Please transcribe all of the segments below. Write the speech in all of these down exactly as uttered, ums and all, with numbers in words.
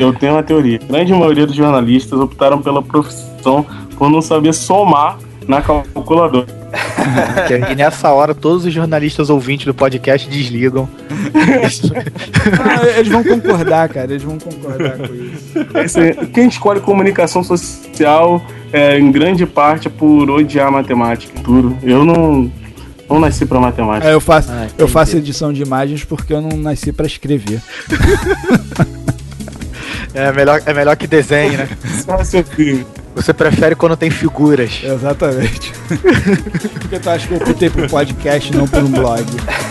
eu tenho uma teoria. A grande maioria dos jornalistas optaram pela profissão por não saber somar na calculadora. E nessa hora todos os jornalistas ouvintes do podcast desligam. Ah, eles vão concordar, cara. Eles vão concordar com isso. Quem escolhe comunicação social é, em grande parte por odiar matemática. Tudo. Eu não, não nasci pra matemática. É, eu faço, ah, eu faço edição de imagens porque eu não nasci pra escrever. É melhor, é melhor que desenhe, né? Só seu filho. Você prefere quando tem figuras. Exatamente. Porque tu acha que eu optei pro podcast, não por um blog?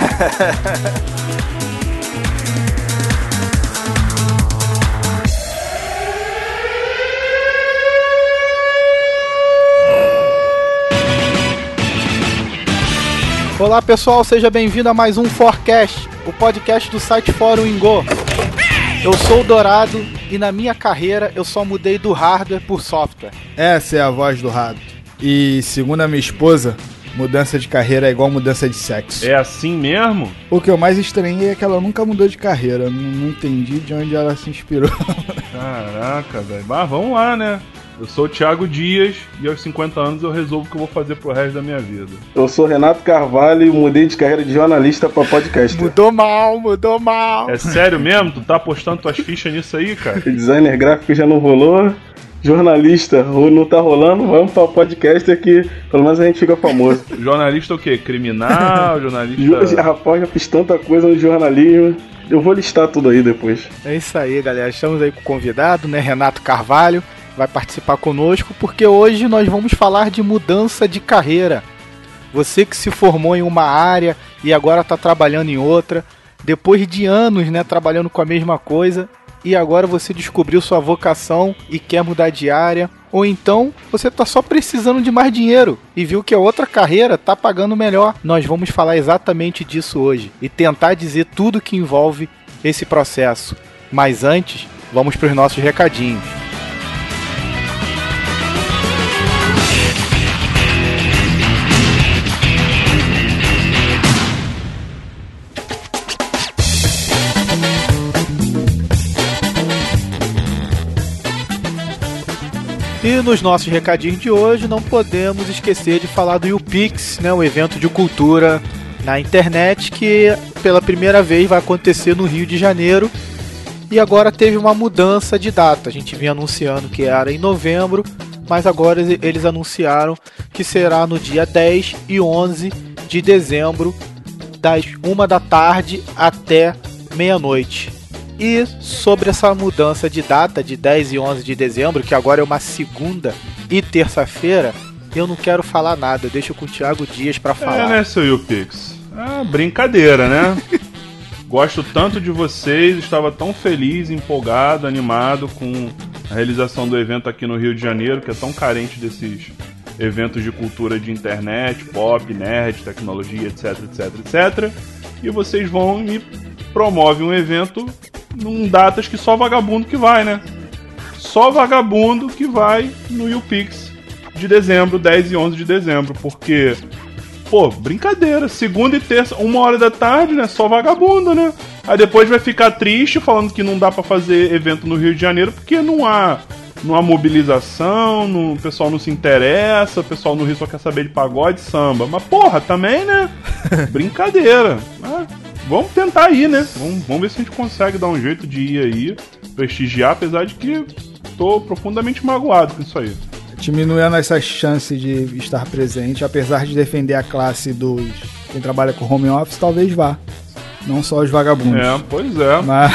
Olá pessoal, seja bem-vindo a mais um Forecast, o podcast do site Fórum Ingo. Eu sou o Dourado e na minha carreira eu só mudei do hardware por software. Essa é a voz do Rado. E segundo a minha esposa, mudança de carreira é igual mudança de sexo. É assim mesmo? O que eu mais estranhei é que ela nunca mudou de carreira. Não, não entendi de onde ela se inspirou. Caraca, velho. Mas vamos lá, né? Eu sou o Thiago Dias e aos cinquenta anos eu resolvo o que eu vou fazer pro resto da minha vida. Eu sou Renato Carvalho e mudei de carreira de jornalista pra podcast. Mudou mal, mudou mal. É sério mesmo? Tu tá apostando tuas fichas nisso aí, cara? Designer gráfico já não rolou. Jornalista não tá rolando, vamos pra podcaster que pelo menos a gente fica famoso. Jornalista o quê? Criminal? Jornalista... Rapaz, já fiz tanta coisa no jornalismo. Eu vou listar tudo aí depois. É isso aí, galera. Estamos aí com o convidado, né? Renato Carvalho. Vai participar conosco porque hoje nós vamos falar de mudança de carreira. Você que se formou em uma área e agora está trabalhando em outra, depois de anos, né, trabalhando com a mesma coisa, e agora você descobriu sua vocação e quer mudar de área, ou então você está só precisando de mais dinheiro e viu que a outra carreira está pagando melhor. Nós vamos falar exatamente disso hoje e tentar dizer tudo que envolve esse processo. Mas antes, vamos para os nossos recadinhos. E nos nossos recadinhos de hoje não podemos esquecer de falar do YouPix, né, o evento de cultura na internet que pela primeira vez vai acontecer no Rio de Janeiro e agora teve uma mudança de data. A gente vinha anunciando que era em novembro, mas agora eles anunciaram que será no dia dez e onze de dezembro, das uma da tarde até meia-noite. E sobre essa mudança de data de dez e onze de dezembro, que agora é uma segunda e terça-feira, eu não quero falar nada, deixo com o Thiago Dias pra falar. É, né, seu YouPix? Ah, brincadeira, né? Gosto tanto de vocês, estava tão feliz, empolgado, animado com a realização do evento aqui no Rio de Janeiro, que é tão carente desses eventos de cultura de internet, pop, nerd, tecnologia, etc, etc, etcétera. E vocês vão e me promovem um evento num datas que só vagabundo que vai, né? Só vagabundo que vai no YouPix de dezembro, dez e onze de dezembro, porque, pô, brincadeira, segunda e terça, uma hora da tarde, né? Só vagabundo, né? Aí depois vai ficar triste falando que não dá pra fazer evento no Rio de Janeiro porque não há, não há mobilização, não, o pessoal não se interessa, o pessoal no Rio só quer saber de pagode e samba. Mas, porra, também, né? Brincadeira. Mas vamos tentar ir, né? Vamos, vamos ver se a gente consegue dar um jeito de ir aí, prestigiar, apesar de que tô profundamente magoado com isso aí. Diminuindo essa chance de estar presente, apesar de defender a classe dos quem trabalha com home office, talvez vá. Não só os vagabundos. É, pois é. Mas,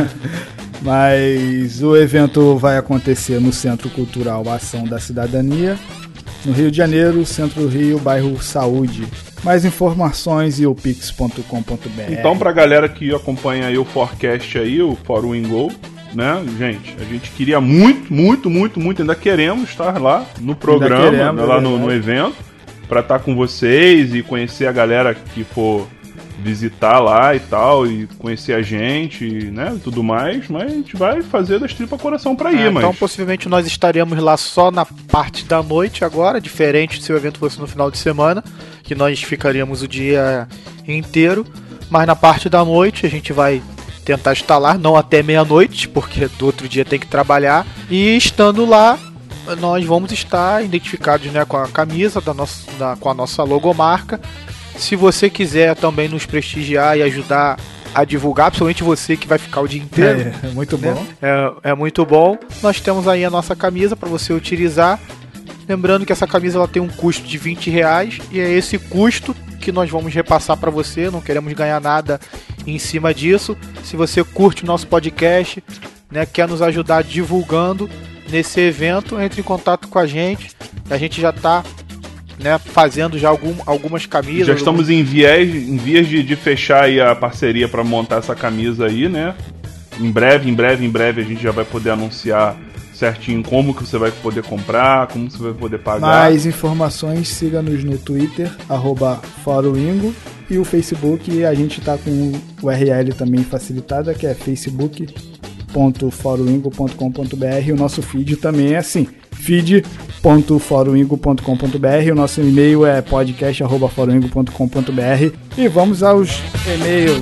mas o evento vai acontecer no Centro Cultural Ação da Cidadania, no Rio de Janeiro, Centro Rio, bairro Saúde. Mais informações em youpix ponto com ponto b r. Então, pra galera que acompanha aí o Forecast aí, o Fórum Ingo, né, gente, a gente queria muito, muito, muito, muito, ainda queremos estar lá no programa, queremos, lá no, no evento, pra estar com vocês e conhecer a galera que for visitar lá e tal, e conhecer a gente, né, e tudo mais, mas a gente vai fazer das tripas coração pra ir, é, mas... Então possivelmente nós estaremos lá só na parte da noite agora, diferente se o evento fosse no final de semana, que nós ficaríamos o dia inteiro, mas na parte da noite a gente vai tentar instalar, não até meia-noite, porque do outro dia tem que trabalhar. E estando lá, nós vamos estar identificados, né, com a camisa da nossa, da, com a nossa logomarca. Se você quiser também nos prestigiar e ajudar a divulgar, principalmente você que vai ficar o dia inteiro. É, é muito né? bom. É, é muito bom. Nós temos aí a nossa camisa para você utilizar. Lembrando que essa camisa ela tem um custo de vinte reais e é esse custo que nós vamos repassar para você. Não queremos ganhar nada em cima disso. Se você curte o nosso podcast, né, quer nos ajudar divulgando nesse evento, entre em contato com a gente. A gente já está, né, fazendo já algum, algumas camisas. Já estamos algum... em vias, em vias de, de fechar aí a parceria para montar essa camisa aí, né? Em breve, em breve, em breve a gente já vai poder anunciar certinho como que você vai poder comprar, como você vai poder pagar. Mais informações, siga-nos no Twitter, arroba Foroingo, e o Facebook, a gente está com o U R L também facilitada, que é facebook ponto foroingo ponto com ponto b r. O nosso feed também é assim, feed ponto foroingo ponto com ponto b r. O nosso e-mail é podcast arroba foroingo ponto com ponto b r. E vamos aos e-mails.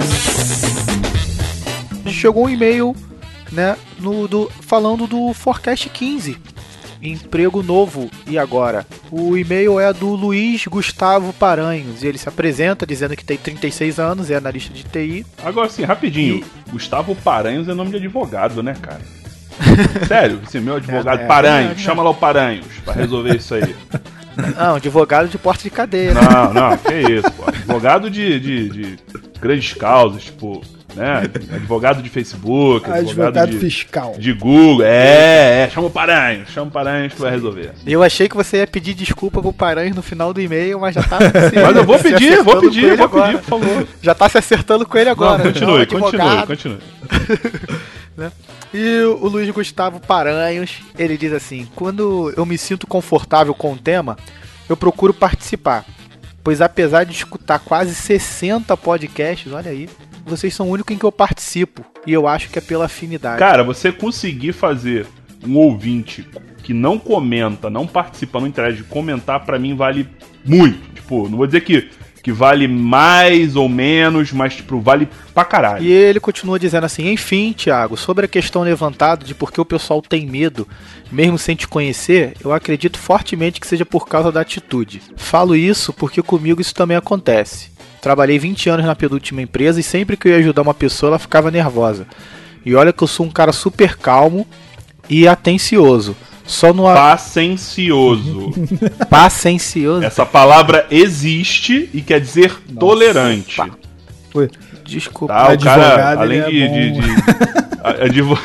Chegou um e-mail, né, no, do, falando do Forecast quinze, emprego novo e agora. O e-mail é do Luiz Gustavo Paranhos e ele se apresenta dizendo que tem trinta e seis anos, é analista de T I. Agora sim, rapidinho, e... Gustavo Paranhos é nome de advogado, né, cara? Sério, esse meu advogado é, é, Paranhos, é, é, chama lá o Paranhos pra resolver isso aí. Não, advogado de porta de cadeia. Não, não, que isso, pô. Advogado de, de, de grandes causas, tipo, né? Advogado de Facebook, advogado, advogado de, fiscal. De Google, é, é, chama o Paranhos, chama o Paranhos que vai resolver. Eu achei que você ia pedir desculpa pro Paranhos no final do e-mail, mas já tá se, mas eu vou pedir, vou pedir, vou agora. pedir, por favor. Já tá se acertando com ele agora. Não, continue, não, continue, continue. Né? E o Luiz Gustavo Paranhos, ele diz assim: quando eu me sinto confortável com o tema, eu procuro participar, pois apesar de escutar quase sessenta podcasts, olha aí, vocês são o único em que eu participo, e eu acho que é pela afinidade. Cara, você conseguir fazer um ouvinte que não comenta, não participa, não interage, comentar, pra mim vale muito. Tipo, não vou dizer que que vale mais ou menos, mas tipo, vale pra caralho. E ele continua dizendo assim: enfim, Thiago, sobre a questão levantada de por que o pessoal tem medo, mesmo sem te conhecer, eu acredito fortemente que seja por causa da atitude. Falo isso porque comigo isso também acontece. Trabalhei vinte anos na penúltima empresa e sempre que eu ia ajudar uma pessoa, ela ficava nervosa. E olha que eu sou um cara super calmo e atencioso. Só no... Paciencioso. Paciencioso. Essa palavra existe e quer dizer Nossa. tolerante. Tá. Desculpa. Tá, o cara, além de... É de, de, de advo...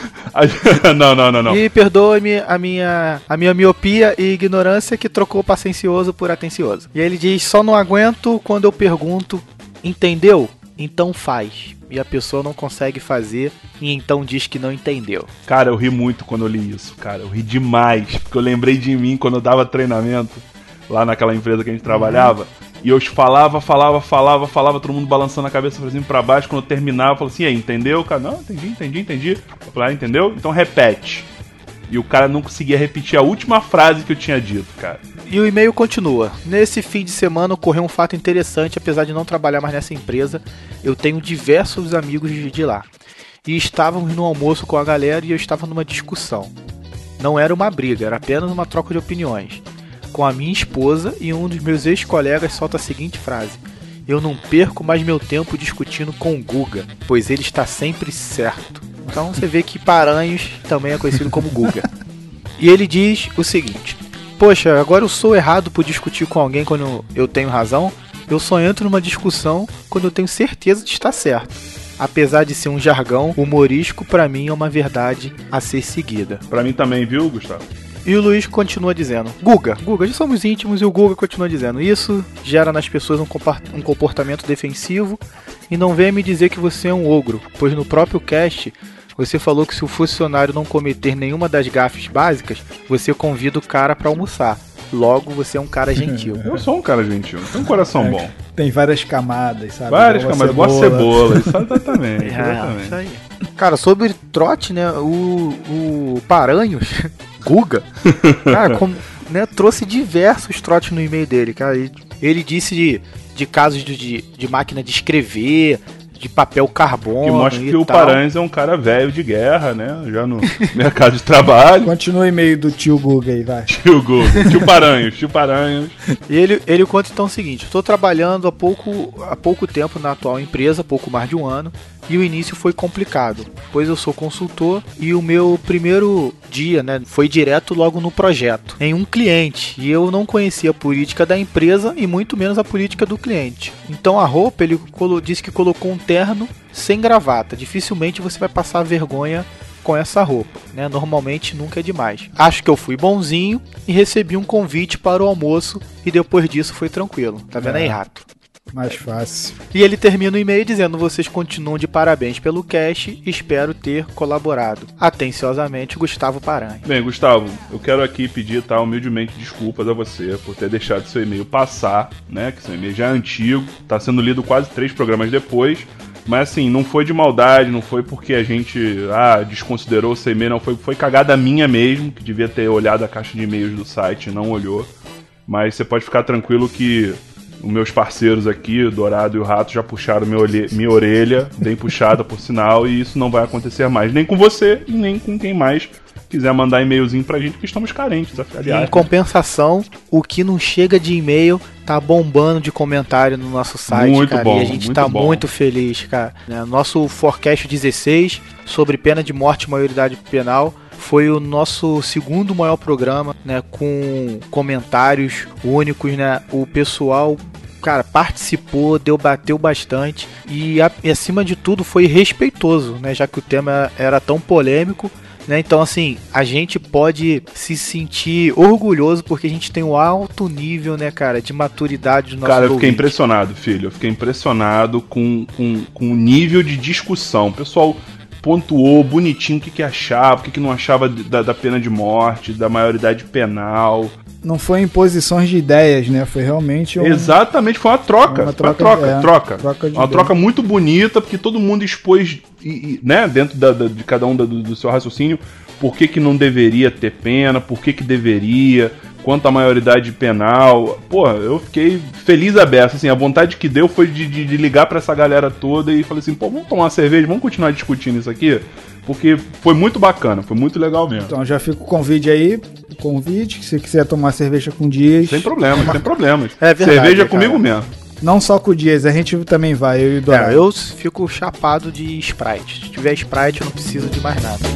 não, não, não, não. E perdoe-me a minha, a minha miopia e ignorância que trocou paciencioso por atencioso. E ele diz: só não aguento quando eu pergunto, entendeu? Então faz. E a pessoa não consegue fazer e então diz que não entendeu. Cara, eu ri muito quando eu li isso, cara. Eu ri demais, porque eu lembrei de mim quando eu dava treinamento lá naquela empresa que a gente trabalhava. Uhum. E eu falava, falava, falava, falava, todo mundo balançando a cabeça pra cima e pra baixo. Quando eu terminava, eu falava assim: e aí, entendeu? O cara, não, entendi, entendi, entendi. Eu falei: ah, entendeu? Então repete. E o cara não conseguia repetir a última frase que eu tinha dito, cara. E o e-mail continua: nesse fim de semana ocorreu um fato interessante. Apesar de não trabalhar mais nessa empresa, eu tenho diversos amigos de lá. E estávamos no almoço com a galera e eu estava numa discussão. Não era uma briga, era apenas uma troca de opiniões com a minha esposa, e um dos meus ex-colegas solta a seguinte frase: eu não perco mais meu tempo discutindo com o Guga, pois ele está sempre certo. Então você vê que Paranhos também é conhecido como Guga. E ele diz o seguinte: poxa, agora eu sou errado por discutir com alguém quando eu tenho razão? Eu só entro numa discussão quando eu tenho certeza de estar certo. Apesar de ser um jargão humorístico, pra mim é uma verdade a ser seguida. Pra mim também, viu, Gustavo? E o Luiz continua dizendo: Guga, Guga, já somos íntimos. E o Guga continua dizendo: isso gera nas pessoas um comportamento defensivo. E não venha me dizer que você é um ogro, pois no próprio cast você falou que se o funcionário não cometer nenhuma das gafes básicas, você convida o cara pra almoçar. Logo, você é um cara gentil. Eu sou um cara gentil, tenho um coração é, bom. Tem várias camadas, sabe? Várias camadas, gosto de cebola, exatamente, exatamente. É, isso aí. Cara, sobre trote, né, o, o Paranhos, Guga, cara, como, né, trouxe diversos trotes no e-mail dele, cara. Ele, ele disse de, de casos de, de, de máquina de escrever, de papel carbono. Que mostra e que o tal. Paranhos é um cara velho de guerra, né? Já no mercado de trabalho. Continua o e-mail do tio Guga aí, vai. Tio Guga, tio Paranhos, tio Paranhos. E ele, ele conta então o seguinte: estou trabalhando há pouco, há pouco tempo na atual empresa, pouco mais de um ano, e o início foi complicado, pois eu sou consultor e o meu primeiro dia, né, foi direto logo no projeto, em um cliente, e eu não conhecia a política da empresa e muito menos a política do cliente. Então a roupa, ele colo- disse que colocou um terno sem gravata, dificilmente você vai passar vergonha com essa roupa, né? Normalmente nunca é demais. Acho que eu fui bonzinho e recebi um convite para o almoço e depois disso foi tranquilo. Tá vendo aí, rato? Mais fácil. E ele termina o e-mail dizendo: vocês continuam de parabéns pelo cast, espero ter colaborado. Atenciosamente, Gustavo Paranhos. Bem, Gustavo, eu quero aqui pedir, tá, humildemente desculpas a você por ter deixado seu e-mail passar, né? Que seu e-mail já é antigo, tá sendo lido quase três programas depois. Mas assim, não foi de maldade, não foi porque a gente ah, desconsiderou o seu e-mail, não, foi, foi cagada minha mesmo, que devia ter olhado a caixa de e-mails do site e não olhou. Mas você pode ficar tranquilo que os meus parceiros aqui, o Dourado e o Rato, já puxaram minha, olhe- minha orelha, bem puxada por sinal, e isso não vai acontecer mais, nem com você e nem com quem mais quiser mandar e-mailzinho pra gente, que estamos carentes, aliás. Em compensação, o que não chega de e-mail tá bombando de comentário no nosso site, Muito cara. bom, E a gente muito tá bom. muito feliz, cara. Né, Nosso Forecast dezesseis sobre pena de morte e maioridade penal foi o nosso segundo maior programa, né, com comentários únicos, né? O pessoal, cara, participou, deu, bateu bastante e, a, e acima de tudo foi respeitoso, né? Já que o tema era tão polêmico. Né? Então, assim, a gente pode se sentir orgulhoso porque a gente tem um alto nível, né, cara, de maturidade do nosso Cara, eu fiquei ouvinte. impressionado, filho. Eu fiquei impressionado com, com, com o nível de discussão. O pessoal pontuou bonitinho o que, que achava, o que, que não achava da, da pena de morte, da maioridade penal. Não foi imposições de ideias, né? Foi realmente um... Exatamente, foi uma troca. Uma Foi uma troca, troca, é, troca. troca de uma ideia. troca muito bonita, porque todo mundo expôs, e, e, né, dentro da, da- de cada um da- do, do seu raciocínio, por que, que não deveria ter pena, por que, que deveria, quanto à maioridade penal. Pô, eu fiquei feliz a beça, assim, a vontade que deu foi de, de, de ligar pra essa galera toda e falei assim, pô, vamos tomar uma cerveja, vamos continuar discutindo isso aqui? Porque foi muito bacana, foi muito legal mesmo. Então já fica o convite aí, o convite, se você quiser tomar cerveja com Dias. Sem problemas, sem problemas. É verdade, Cerveja cara. comigo mesmo. Não só com o Dias, a gente também vai, eu e o Dourado. É, eu fico chapado de Sprite. Se tiver Sprite, eu não preciso de mais nada.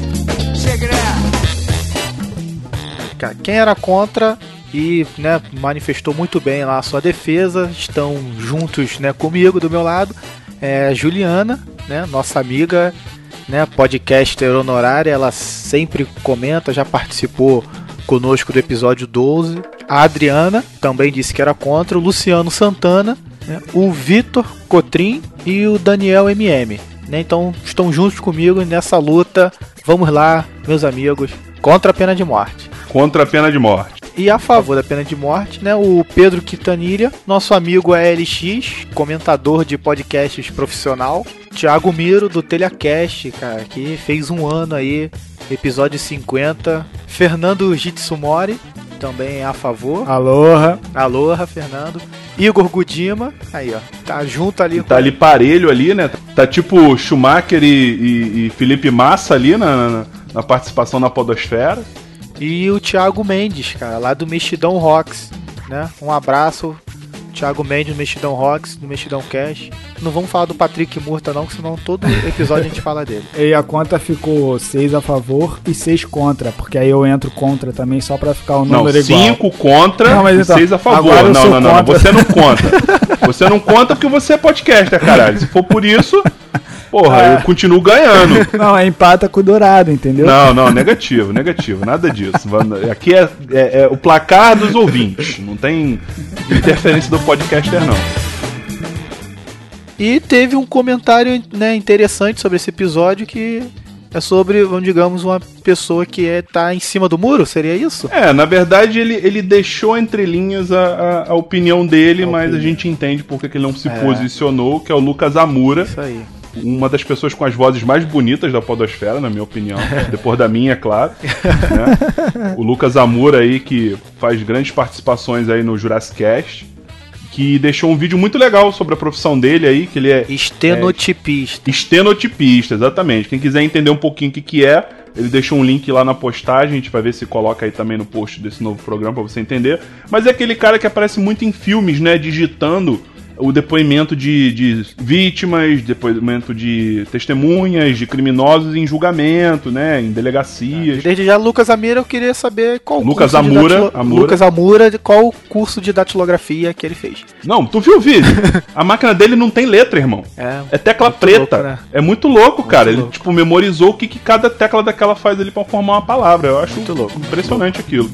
Cara, quem era contra e, né, manifestou muito bem lá a sua defesa, estão juntos, né, comigo, do meu lado, é a Juliana, né, nossa amiga, né, podcaster honorária, ela sempre comenta, já participou conosco do episódio doze. A Adriana também disse que era contra, o Luciano Santana, né, o Vitor Cotrim e o Daniel M M. Né, então estão juntos comigo nessa luta. Vamos lá, meus amigos, contra a pena de morte. Contra a pena de morte. E a favor da pena de morte, né, o Pedro Quintanilha, nosso amigo A L X, comentador de podcasts profissional, Thiago Miro, do Telecast, cara, que fez um ano aí, episódio cinquenta, Fernando Jitsumori, também é a favor, Aloha. aloha, Fernando, Igor Gudima, aí ó, tá junto ali. Tá ali parelho ali, né? Tá tipo Schumacher e, e- e Felipe Massa ali na, na- na participação na podosfera. E o Thiago Mendes, cara, lá do Mexidão Rocks, né? Um abraço, Thiago Mendes do Mexidão Rocks, do Mexidão Cash. Não vamos falar do Patrick Murta não, que senão todo episódio a gente fala dele. E a conta ficou seis a favor e seis contra, porque aí eu entro contra também só pra ficar o Não, número igual. cinco contra Não, mas e então, seis a favor. agora eu Não, sou não, não, não. contra. Você não conta. Você não conta porque você é podcaster, caralho. Se for por isso, porra, É. eu continuo ganhando. Não, é empata com o Dourado, entendeu? Não, não, negativo, negativo, nada disso. Vamos- Aqui é, é- é o placar dos ouvintes, não tem interferência do podcaster, não. E teve um comentário, né, interessante sobre esse episódio que é sobre, vamos digamos, uma pessoa que é, tá em cima do muro, seria isso? É, na verdade ele, ele deixou entre linhas a, a, a opinião dele, A mas opinião. a gente entende porque que ele não se É. posicionou, que é o Lucas Amura, Isso aí. uma das pessoas com as vozes mais bonitas da podosfera, na minha opinião, depois da minha, é claro. Né? O Lucas Amura aí, que faz grandes participações aí no Jurassic Cast, que deixou um vídeo muito legal sobre a profissão dele aí, que ele é... Estenotipista. É, estenotipista, exatamente. Quem quiser entender um pouquinho o que, que é, ele deixou um link lá na postagem, a gente vai ver se coloca aí também no post desse novo programa pra você entender. Mas é aquele cara que aparece muito em filmes, né, digitando o depoimento de, de vítimas, depoimento de testemunhas, de criminosos em julgamento, né, em delegacias. Desde já, Lucas Amura, eu queria saber qual Lucas curso Amura, de datilo... Amura. Lucas Amura, qual o curso de datilografia que ele fez. Não, tu viu o vídeo? A máquina dele não tem letra, irmão. É, é tecla muito preta. louco, né? É muito louco, Muito cara. louco. Ele, tipo, memorizou o que, que cada tecla daquela faz ali pra formar uma palavra. Eu acho Muito louco. impressionante aquilo.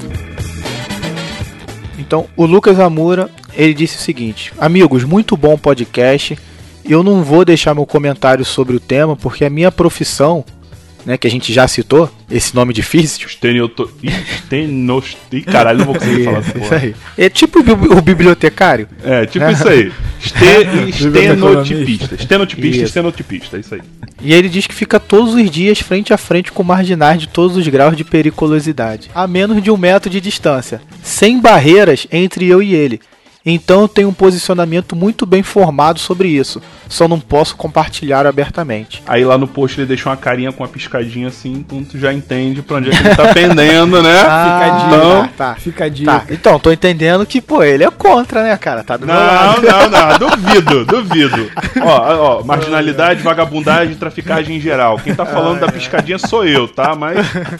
Então, o Lucas Amura, ele disse o seguinte: amigos, muito bom podcast. Eu não vou deixar meu comentário sobre o tema, porque a minha profissão, né, que a gente já citou, esse nome difícil. Estenioto... Estenos... Ih, caralho, não vou conseguir falar essa porra. Isso aí. É tipo o bi- o bibliotecário. É, tipo isso aí. Este... Estenotipista. Estenotipista, Isso. estenotipista, é isso aí. E ele diz que fica todos os dias frente a frente com marginais de todos os graus de periculosidade, a menos de um metro de distância, sem barreiras entre eu e ele. Então eu tenho um posicionamento muito bem formado sobre isso, só não posso compartilhar abertamente. Aí lá no post ele deixou uma carinha com uma piscadinha assim, então tu já entende pra onde é que ele tá pendendo, né? Fica a dica. Então... tá, Fica a dica. tá. Então, tô entendendo que, pô, ele é contra, né, cara? Tá do meu Não, lado. não, não, duvido, duvido. Ó, ó, marginalidade, vagabundagem, traficagem em geral. Quem tá falando da piscadinha sou eu, tá? Mas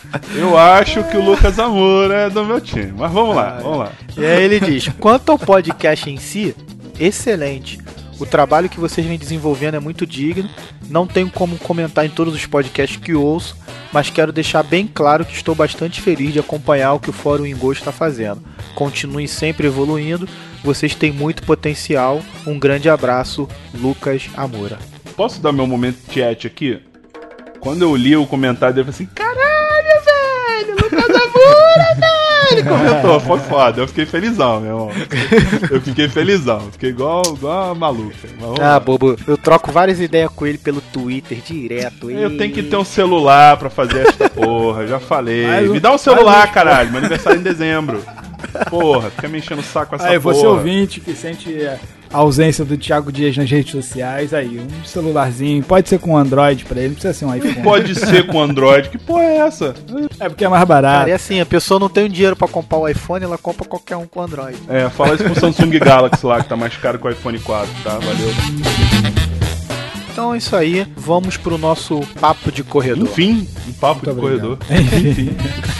eu acho que o Lucas Amura é do meu time. Mas vamos lá, vamos lá. E aí ele diz: quanto ao podcast em si, excelente. O trabalho que vocês vêm desenvolvendo é muito digno. Não tenho como comentar em todos os podcasts que ouço, mas quero deixar bem claro que estou bastante feliz de acompanhar o que o Fórum Ingo está fazendo. Continuem sempre evoluindo. Vocês têm muito potencial. Um grande abraço, Lucas Amura. Posso dar meu momento chat aqui? Quando eu li o comentário dele, eu falei assim: caralho, velho, Lucas Amura, velho! Ele comentou, foi foda. Eu fiquei felizão, meu irmão. Eu fiquei felizão. Fiquei igual, igual a maluca. Mas vamos Ah, lá. bobo, eu troco várias ideias com ele pelo Twitter direto. Eu tenho que ter um celular pra fazer esta porra, já falei. Mas Me o- dá um celular, mas o- caralho. Meu aniversário é em dezembro. Porra, fica me enchendo o saco com essa Aí, porra. você ouvinte que sente a ausência do Thiago Dias nas redes sociais, aí, um celularzinho, pode ser com Android pra ele, não precisa ser um iPhone. Pode ser com Android. Que porra é essa? É porque é mais barato. Cara, é assim, a pessoa não tem dinheiro pra comprar o iPhone, ela compra qualquer um com Android. É, fala isso pro Samsung Galaxy lá, que tá mais caro que o iPhone quatro, tá? Valeu. Então é isso aí, vamos pro nosso papo de corredor. Enfim, um papo Muito de corredor. obrigado. Enfim.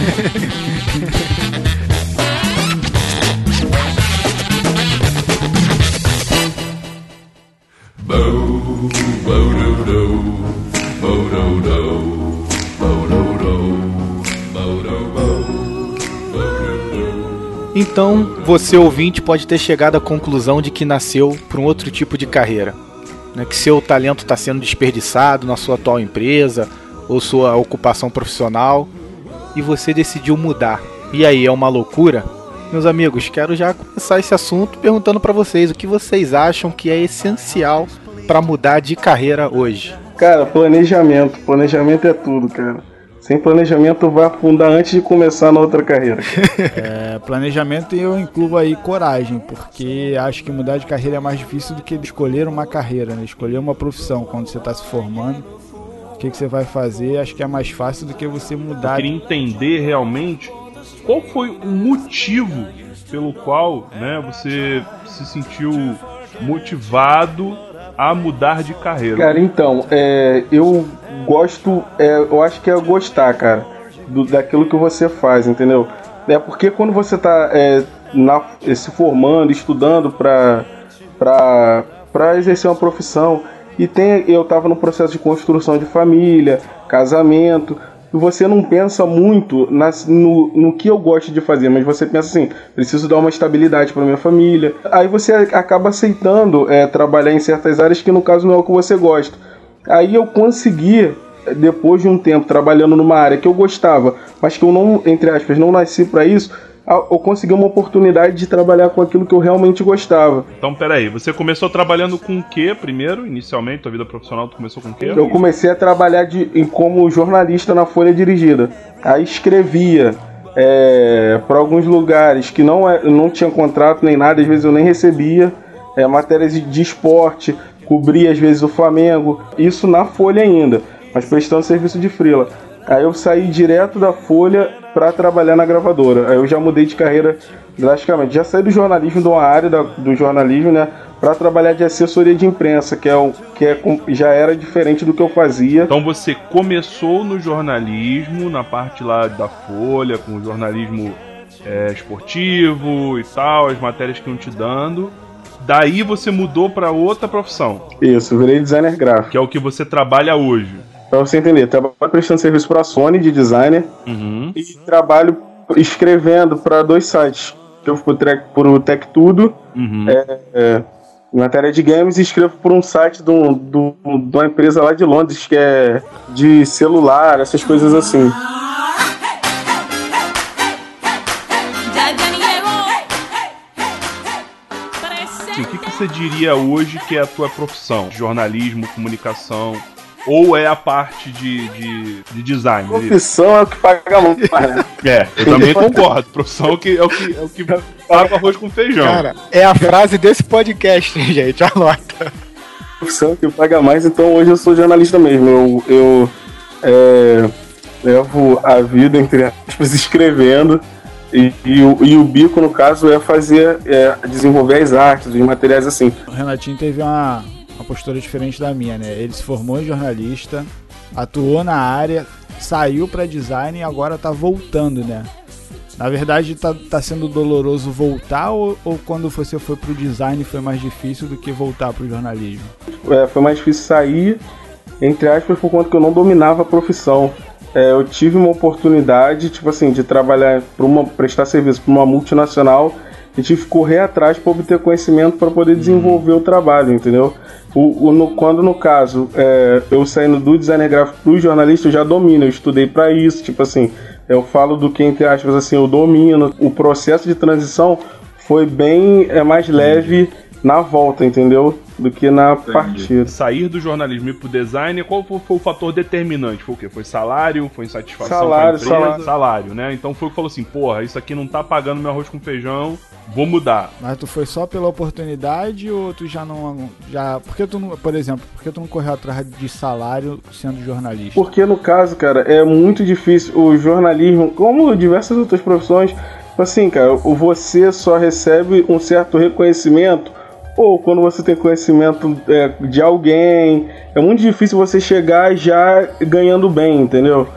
Então, você ouvinte pode ter chegado à conclusão de que nasceu para um outro tipo de carreira, né? Que seu talento está sendo desperdiçado na sua atual empresa ou sua ocupação profissional e você decidiu mudar. E aí, é uma loucura? Meus amigos, quero já começar esse assunto perguntando para vocês o que vocês acham que é essencial para mudar de carreira hoje. Cara, planejamento. Planejamento é tudo, cara. Sem planejamento vai afundar antes de começar na outra carreira. É, planejamento e eu incluo aí coragem, porque acho que mudar de carreira é mais difícil do que escolher uma carreira, né? Escolher uma profissão quando você está se formando. O que, que você vai fazer, acho que é mais fácil do que você Eu mudar. queria entender realmente qual foi o motivo pelo qual, né, você se sentiu motivado a mudar de carreira. Cara, então, é, eu gosto, é, eu acho que é gostar, cara, do, daquilo que você faz, entendeu? É porque quando você tá é, na, se formando, estudando pra, pra, pra exercer uma profissão, e tem, eu tava no processo de construção de família, casamento, e você não pensa muito nas, no, no que eu gosto de fazer, mas você pensa assim, preciso dar uma estabilidade para minha família. Aí você acaba aceitando é, trabalhar em certas áreas que no caso não é o que você gosta. Aí eu consegui, depois de um tempo trabalhando numa área que eu gostava, mas que eu não, entre aspas, não nasci para isso, eu consegui uma oportunidade de trabalhar com aquilo que eu realmente gostava. Então, peraí, você começou trabalhando com o que primeiro, inicialmente? Tua vida profissional, tu começou com o quê? Eu comecei a trabalhar de, em, como jornalista na Folha Dirigida. Aí escrevia é, para alguns lugares que não, é, não tinha contrato nem nada, às vezes eu nem recebia. é, matérias de, de esporte, cobria às vezes o Flamengo, isso na Folha ainda, mas prestando serviço de freela. Aí eu saí direto da Folha para trabalhar na gravadora. Aí eu já mudei de carreira drasticamente. Já saí do jornalismo, de uma área da, do jornalismo, né, para trabalhar de assessoria de imprensa, que, é o, que é, já era diferente do que eu fazia. Então você começou no jornalismo, na parte lá da Folha, com o jornalismo é, esportivo e tal, as matérias que iam te dando. Daí você mudou para outra profissão. Isso, eu virei designer gráfico. Que é o que você trabalha hoje. Pra você entender, trabalho prestando serviço para a Sony de designer, uhum. e trabalho escrevendo para dois sites. Eu fui por o Tech Tudo, uhum. é, é, em matéria de games, e escrevo por um site de, um, de uma empresa lá de Londres, que é de celular, essas coisas assim. O que, que você diria hoje que é a tua profissão? Jornalismo, comunicação... Ou é a parte de, de, de design? Profissão é o que paga muito mais, né? É, eu também concordo. Profissão é o que, é o que, é o que paga arroz com feijão. Cara, é a frase desse podcast, hein, gente? Anota. Profissão é o que paga mais, então hoje eu sou jornalista mesmo. Eu, eu é, levo a vida, entre aspas, escrevendo. E, e, o, e o bico, no caso, é fazer, é, desenvolver as artes, os materiais assim. O Renatinho teve uma... uma postura diferente da minha, né? Ele se formou em jornalista, atuou na área, saiu para design e agora tá voltando, né? Na verdade, tá, tá sendo doloroso voltar ou, ou quando você foi pro design foi mais difícil do que voltar pro jornalismo? É, foi mais difícil sair, entre aspas, por conta que eu não dominava a profissão. É, eu tive uma oportunidade, tipo assim, de trabalhar, pra uma, prestar serviço para uma multinacional, e tive que correr atrás para obter conhecimento para poder desenvolver o trabalho, entendeu? O, o, no, quando, no caso, é, eu saindo do designer gráfico pro jornalista, eu já domino, eu estudei para isso, tipo assim, eu falo do que, entre aspas, assim, eu domino. O processo de transição foi bem é, mais leve na volta, entendeu? Do que na Entendi. partida. Sair do jornalismo e pro design, qual foi o fator determinante? Foi o quê? Foi salário? Foi insatisfação salário, com a empresa? Salário, salário, né? Então foi o que falou assim, porra, isso aqui não tá pagando meu arroz com feijão, vou mudar. Mas tu foi só pela oportunidade ou tu já não... já Por tu não, por exemplo, por que tu não correu atrás de salário sendo jornalista? Porque no caso, cara, é muito difícil. O jornalismo, como diversas outras profissões, assim, cara, você só recebe um certo reconhecimento ou quando você tem conhecimento é, de alguém. É muito difícil você chegar já ganhando bem, entendeu?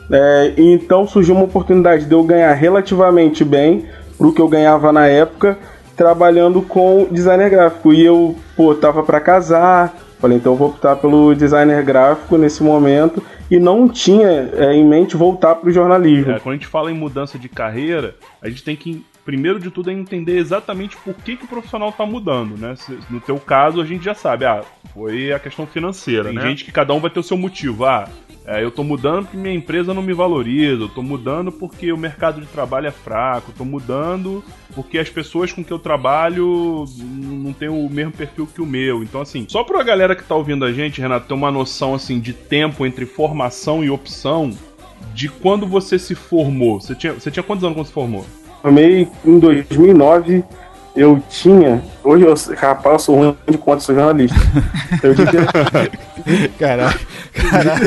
É, então surgiu uma oportunidade de eu ganhar relativamente bem pro que eu ganhava na época, trabalhando com designer gráfico. E eu, pô, tava pra casar, falei, então eu vou optar pelo designer gráfico nesse momento, e não tinha é, em mente voltar pro jornalismo. É, quando a gente fala em mudança de carreira, a gente tem que, primeiro de tudo, é entender exatamente por que, que o profissional tá mudando, né? Se, no teu caso, a gente já sabe, ah, foi a questão financeira, tem né? gente que cada um vai ter o seu motivo, ah, é, eu tô mudando porque minha empresa não me valoriza, eu tô mudando porque o mercado de trabalho é fraco, eu tô mudando porque as pessoas com que eu trabalho não têm o mesmo perfil que o meu. Então, assim, só pra galera que tá ouvindo a gente, Renato, ter uma noção, assim, de tempo entre formação e opção, de quando você se formou. Você tinha, você tinha quantos anos quando se formou? Formei em dois mil e nove, eu tinha... Hoje, eu, rapaz, eu sou ruim de conta, sou jornalista. Eu tinha... Caralho, caralho.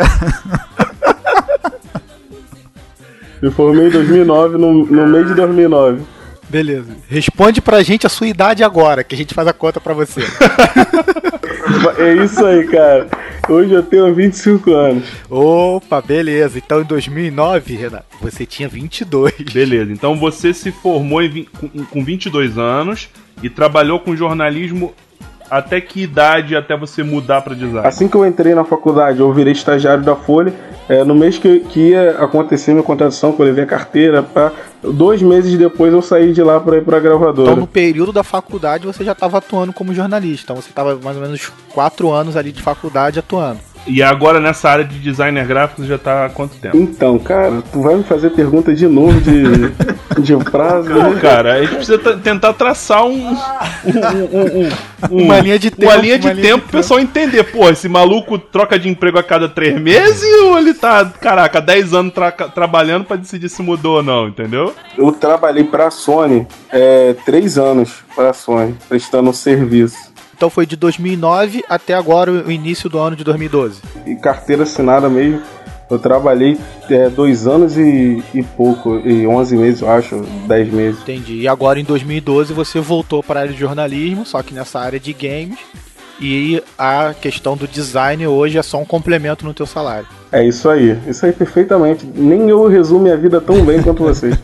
Me formei em dois mil e nove, no, no mês de dois mil e nove. Beleza. Responde pra gente a sua idade agora, que a gente faz a conta pra você. É isso aí, cara. Hoje eu tenho vinte e cinco anos. Opa, beleza. Então em dois mil e nove, Renato, você tinha vinte e dois. Beleza. Então você se formou em, com, com vinte e dois anos e trabalhou com jornalismo até que idade, até você mudar para design? Assim que eu entrei na faculdade, eu virei estagiário da Folha. É, no mês que, que ia acontecer minha contratação, que eu levei a carteira, pra, dois meses depois eu saí de lá para ir para a gravadora. Então no período da faculdade você já estava atuando como jornalista. Então você estava mais ou menos quatro anos ali de faculdade atuando. E agora nessa área de designer gráfico você já tá há quanto tempo? Então, cara, tu vai me fazer pergunta de novo de, de prazo? Não, né? Cara, a gente precisa t- tentar traçar um, um, um, um, um uma linha de tempo, uma linha de uma linha tempo de pro pessoal entender. Pô, esse maluco troca de emprego a cada três meses ou ele tá, caraca, dez anos tra- trabalhando pra decidir se mudou ou não, entendeu? Eu trabalhei pra Sony é, três anos pra Sony, prestando serviço. Então foi de dois mil e nove até agora, o início do ano de dois mil e doze. E carteira assinada mesmo. Eu trabalhei é, dois anos e, e pouco, e onze meses, eu acho, dez meses. Entendi. E agora em dois mil e doze você voltou para a área de jornalismo, só que nessa área de games. E a questão do design hoje é só um complemento no teu salário. É isso aí, isso aí perfeitamente. Nem eu resumo minha vida tão bem quanto vocês.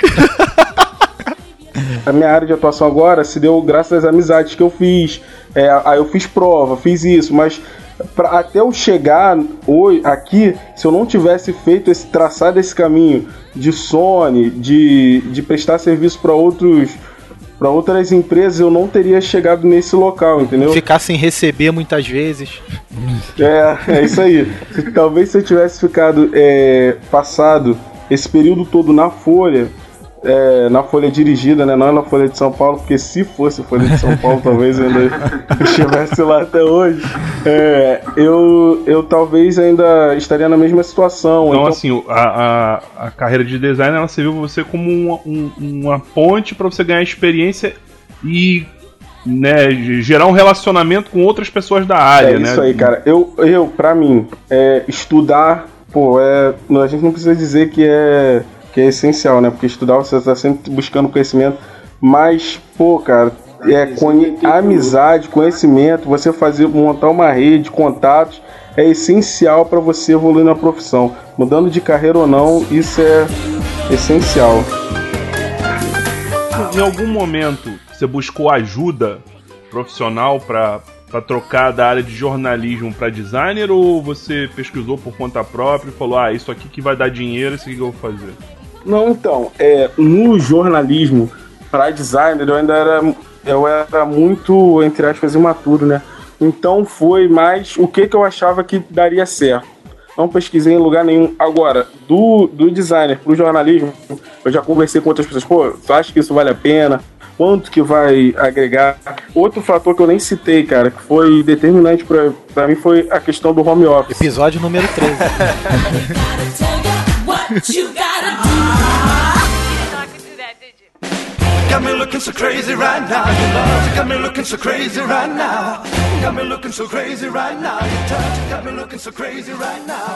A minha área de atuação agora se deu graças às amizades que eu fiz. É, aí eu fiz prova, fiz isso, mas pra, até eu chegar hoje, aqui, se eu não tivesse feito esse traçado esse caminho de Sony, de, de prestar serviço para outros, para outras empresas, eu não teria chegado nesse local, entendeu? Ficar sem receber muitas vezes. É, é isso aí. Talvez se eu tivesse ficado é, passado esse período todo na Folha. É, na Folha dirigida, né? Não na Folha de São Paulo, porque se fosse Folha de São Paulo, talvez eu ainda estivesse lá até hoje. É, eu, eu talvez ainda estaria na mesma situação. Então, então... assim, a, a, a carreira de design ela serviu pra você como uma, um, uma ponte para você ganhar experiência e, né, gerar um relacionamento com outras pessoas da área, é né? Isso aí, cara. Eu, eu pra mim, é, estudar, pô, é, a gente não precisa dizer que é. que é essencial, né? Porque estudar você está sempre buscando conhecimento, mas, pô, cara, é conhe- amizade, conhecimento, você fazer, montar uma rede, contatos, é essencial para você evoluir na profissão. Mudando de carreira ou não, isso é essencial. Em algum momento você buscou ajuda profissional para para trocar da área de jornalismo para designer, ou você pesquisou por conta própria e falou, ah, isso aqui que vai dar dinheiro, isso aqui que eu vou fazer? Não, então, é, no jornalismo para designer eu ainda era, eu era muito, entre aspas, imaturo, né? Então foi mais o que, que eu achava que daria certo. Não pesquisei em lugar nenhum. Agora, do, do designer pro jornalismo, eu já conversei com outras pessoas, pô, tu acha que isso vale a pena? Quanto que vai agregar? Outro fator que eu nem citei, cara, que foi determinante pra, pra mim, foi a questão do home office. Episódio número treze. Got me looking so crazy right now. Your love got me looking so crazy right now. Got me looking so crazy right now. Your touch got me looking so crazy right now.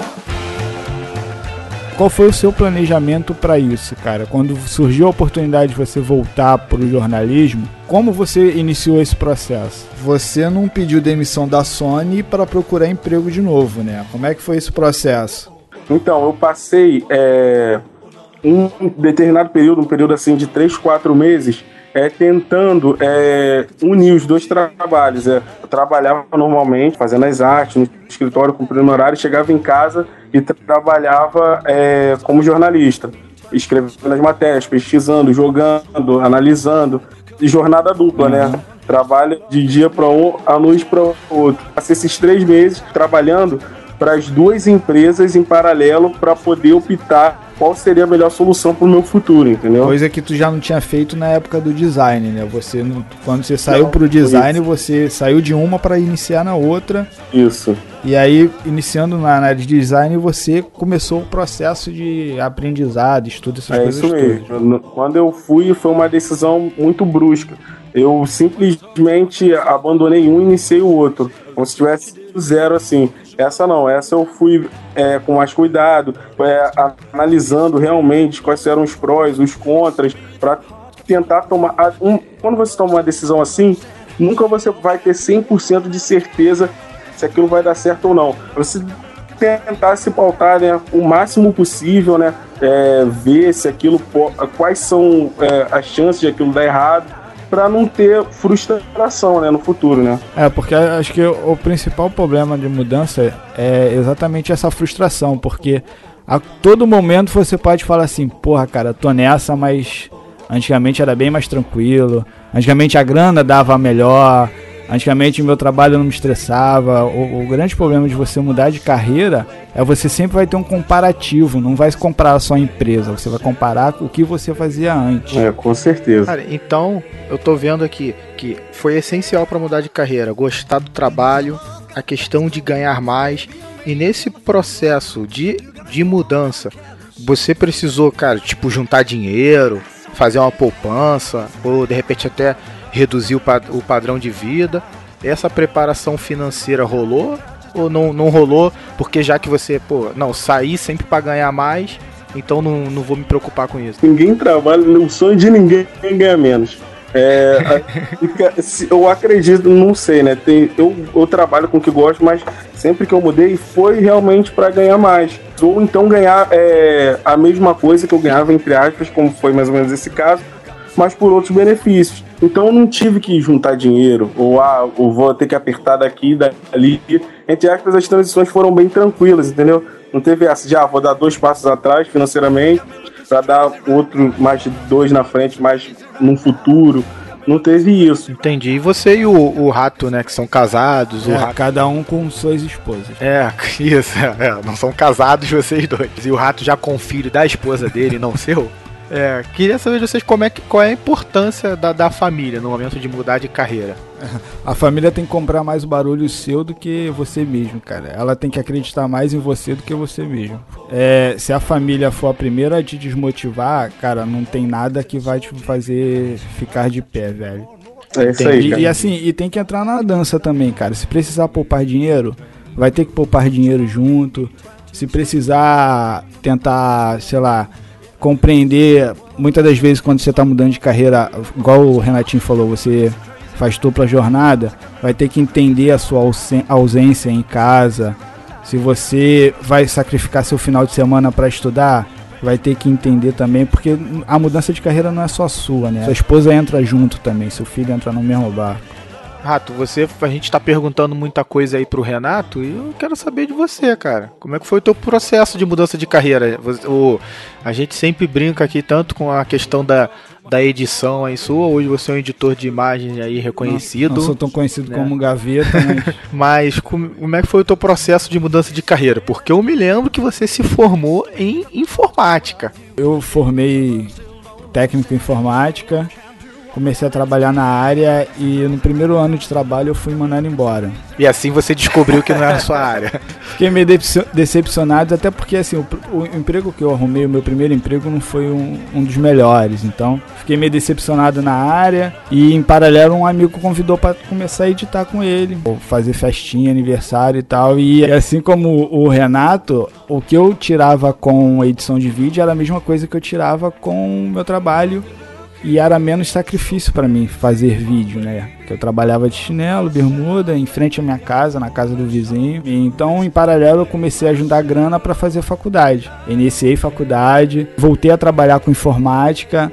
Qual foi o seu planejamento para isso, cara? Quando surgiu a oportunidade de você voltar para o jornalismo, como você iniciou esse processo? Você não pediu demissão da Sony para procurar emprego de novo, né? Como é que foi esse processo? Então, eu passei é, um determinado período, um período assim de três, quatro meses, é, tentando é, unir os dois trabalhos. É. Eu trabalhava normalmente, fazendo as artes, no escritório, cumprindo o horário, chegava em casa e tra- trabalhava é, como jornalista, escrevendo as matérias, pesquisando, jogando, analisando, e jornada dupla, uhum. né? Trabalho de dia para um, à noite para o outro. Passei esses três meses trabalhando para as duas empresas em paralelo para poder optar qual seria a melhor solução para o meu futuro, entendeu? Coisa que tu já não tinha feito na época do design, né? Você não, quando você saiu para o design, isso. Você saiu de uma para iniciar na outra. Isso. E aí, iniciando na área de design, você começou o processo de aprendizado, estudo, essas é coisas isso mesmo. todas. Quando eu fui, foi uma decisão muito brusca. Eu simplesmente abandonei um e iniciei o outro, como se tivesse zero assim. Essa não, essa eu fui é, com mais cuidado, é, analisando realmente quais eram os prós, os contras, para tentar tomar... Um, quando você toma uma decisão assim, nunca você vai ter cem por cento de certeza se aquilo vai dar certo ou não. Você tentar se pautar, né, o máximo possível, né, é, ver se aquilo, quais são é, as chances de aquilo dar errado, para não ter frustração, né, no futuro, né? É, porque acho que o principal problema de mudança é exatamente essa frustração, porque a todo momento você pode falar assim, porra, cara, tô nessa, mas antigamente era bem mais tranquilo, antigamente a grana dava melhor, Antigamente meu trabalho não me estressava. O, o grande problema de você mudar de carreira é você sempre vai ter um comparativo. Não vai se comparar só a empresa, você vai comparar com o que você fazia antes. É, com certeza. Cara, então eu tô vendo aqui que foi essencial para mudar de carreira, gostar do trabalho, a questão de ganhar mais. E nesse processo de, de mudança, você precisou, cara, tipo, juntar dinheiro, fazer uma poupança, ou de repente até reduzir o, pad- o padrão de vida. Essa preparação financeira rolou ou não, não rolou? Porque já que você, pô, não, saí sempre para ganhar mais, então não, não vou me preocupar com isso. Ninguém trabalha, o sonho de ninguém é ganhar menos. É, eu acredito, não sei, né? Tem, eu, eu trabalho com o que gosto, mas sempre que eu mudei foi realmente para ganhar mais. Ou então ganhar é, a mesma coisa que eu ganhava, entre aspas, como foi mais ou menos esse caso, mas por outros benefícios. Então eu não tive que juntar dinheiro, ou ah, eu vou ter que apertar daqui, dali. Entre aspas, as transições foram bem tranquilas, entendeu? Não teve essa de, ah, vou dar dois passos atrás financeiramente, para dar outro, mais dois na frente, mais no futuro. Não teve isso. Entendi. E você e o, o Rato, né, que são casados. É, o Rato... Cada um com suas esposas. É, isso. É, não são casados vocês dois. E o Rato já com o filho da esposa dele, não seu. É, queria saber de vocês como é que, qual é a importância da, da família no momento de mudar de carreira. A família tem que comprar mais o barulho seu do que você mesmo, cara. Ela tem que acreditar mais em você do que você mesmo. É, se a família for a primeira a te desmotivar, cara, não tem nada que vai te fazer ficar de pé, velho. É isso aí, cara. E, e assim, e tem que entrar na dança também, cara. Se precisar poupar dinheiro, vai ter que poupar dinheiro junto. Se precisar tentar, sei lá, compreender, muitas das vezes quando você tá mudando de carreira, igual o Renatinho falou, você faz dupla jornada, vai ter que entender a sua ausência em casa. Se você vai sacrificar seu final de semana para estudar, vai ter que entender também, porque a mudança de carreira não é só sua, né? Sua esposa entra junto também, seu filho entra no mesmo barco. Rato, você, a gente tá perguntando muita coisa aí pro Renato e eu quero saber de você, cara. Como é que foi o teu processo de mudança de carreira? O, a gente sempre brinca aqui tanto com a questão da, da edição aí sua. Hoje você é um editor de imagens aí reconhecido. Não, não sou tão conhecido, né, como Gaveta, mas... mas como, como é que foi o teu processo de mudança de carreira? Porque eu me lembro que você se formou em informática. Eu formei técnico em informática, comecei a trabalhar na área e no primeiro ano de trabalho eu fui mandado embora. E assim você descobriu que não era a sua área. Fiquei meio decepcionado, até porque assim, o, o emprego que eu arrumei, o meu primeiro emprego não foi um, um dos melhores. Então fiquei meio decepcionado na área e em paralelo um amigo convidou para começar a editar com ele, fazer festinha, aniversário e tal. E assim como o Renato, o que eu tirava com a edição de vídeo era a mesma coisa que eu tirava com o meu trabalho. E era menos sacrifício para mim fazer vídeo, né? Que eu trabalhava de chinelo, bermuda, em frente à minha casa, na casa do vizinho. E então, em paralelo, eu comecei a juntar grana para fazer faculdade. Iniciei faculdade, voltei a trabalhar com informática,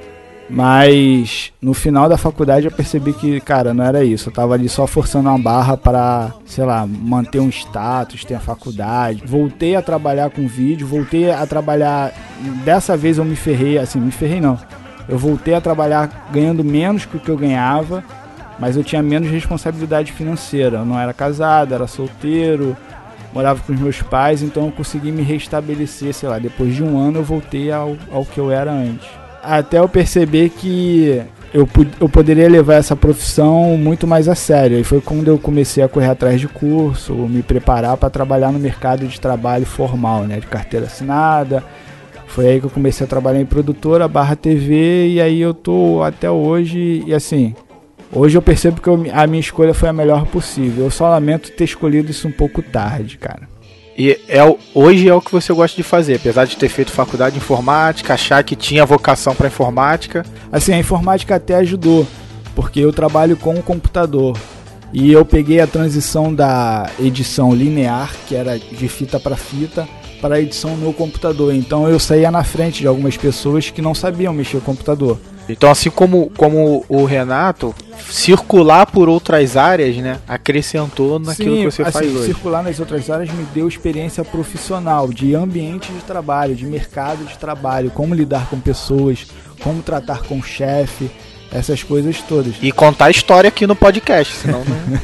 mas no final da faculdade eu percebi que, cara, não era isso. Eu tava ali só forçando uma barra para, sei lá, manter um status, ter a faculdade. Voltei a trabalhar com vídeo, voltei a trabalhar... Dessa vez eu me ferrei, assim, me ferrei não. Eu voltei a trabalhar ganhando menos que o que eu ganhava, mas eu tinha menos responsabilidade financeira. Eu não era casado, era solteiro, morava com os meus pais, então eu consegui me restabelecer, sei lá, depois de um ano eu voltei ao, ao que eu era antes. Até eu perceber que eu, eu poderia levar essa profissão muito mais a sério. E foi quando eu comecei a correr atrás de curso, me preparar para trabalhar no mercado de trabalho formal, né, de carteira assinada. Foi aí que eu comecei a trabalhar em produtora, barra T V, e aí eu tô até hoje, e assim, hoje eu percebo que eu, a minha escolha foi a melhor possível. Eu só lamento ter escolhido isso um pouco tarde, cara. E é, hoje é o que você gosta de fazer, apesar de ter feito faculdade de informática, achar que tinha vocação para informática? Assim, a informática até ajudou, porque eu trabalho com o computador. E eu peguei a transição da edição linear, que era de fita para fita, para a edição no computador. Então eu saía na frente de algumas pessoas que não sabiam mexer no computador. Então, assim como, como o Renato, circular por outras áreas, né, acrescentou naquilo Sim, que você assim, faz hoje. Circular nas outras áreas me deu experiência profissional, de ambiente de trabalho, de mercado de trabalho, como lidar com pessoas, como tratar com o chefe. essas coisas todas. E contar a história aqui no podcast, senão não...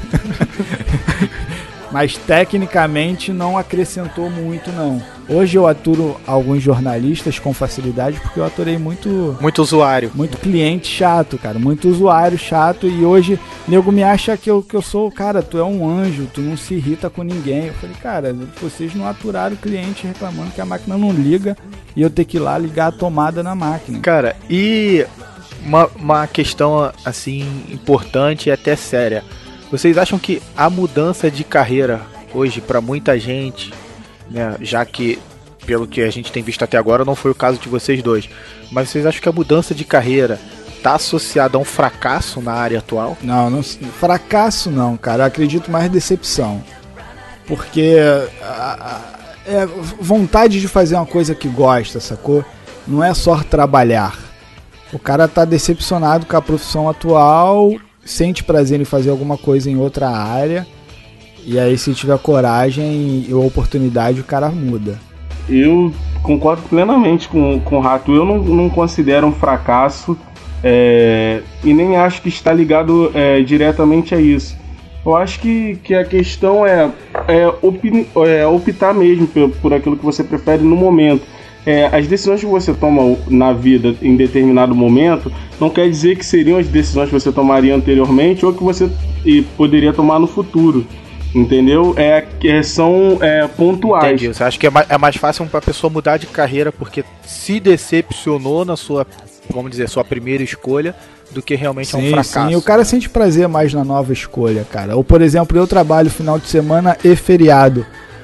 Mas tecnicamente não acrescentou muito, não. Hoje eu aturo alguns jornalistas com facilidade, porque eu aturei muito... Muito usuário. Muito cliente chato, cara. Muito usuário chato. E hoje, nego me acha que eu, que eu sou... Cara, tu é um anjo, tu não se irrita com ninguém. Eu falei, cara, vocês não aturaram o cliente reclamando que a máquina não liga e eu ter que ir lá ligar a tomada na máquina. Cara, e uma, uma questão, assim, importante e até séria. Vocês acham que a mudança de carreira hoje para muita gente, né, já que pelo que a gente tem visto até agora não foi o caso de vocês dois, mas vocês acham que a mudança de carreira está associada a um fracasso na área atual? Não, não, fracasso não, cara. Eu acredito mais decepção, porque a, a, é vontade de fazer uma coisa que gosta, sacou? Não é só trabalhar. O cara tá decepcionado com a profissão atual, sente prazer em fazer alguma coisa em outra área, e aí se tiver coragem e oportunidade o cara muda. Eu concordo plenamente com, com o Rato. Eu não, não considero um fracasso, é, e nem acho que está ligado é, diretamente a isso. Eu acho que, que a questão é, é, opini, é optar mesmo por, por aquilo que você prefere no momento. É, as decisões que você toma na vida em determinado momento não quer dizer que seriam as decisões que você tomaria anteriormente ou que você e, poderia tomar no futuro, entendeu? É, é, são é, pontuais. Entendi. Você acha que é mais, é mais fácil para a pessoa mudar de carreira porque se decepcionou na sua, vamos dizer, sua primeira escolha, do que realmente sim, é um fracasso? Sim, o cara sente prazer mais na nova escolha, cara. Ou, por exemplo, eu trabalho final de semana e feriado.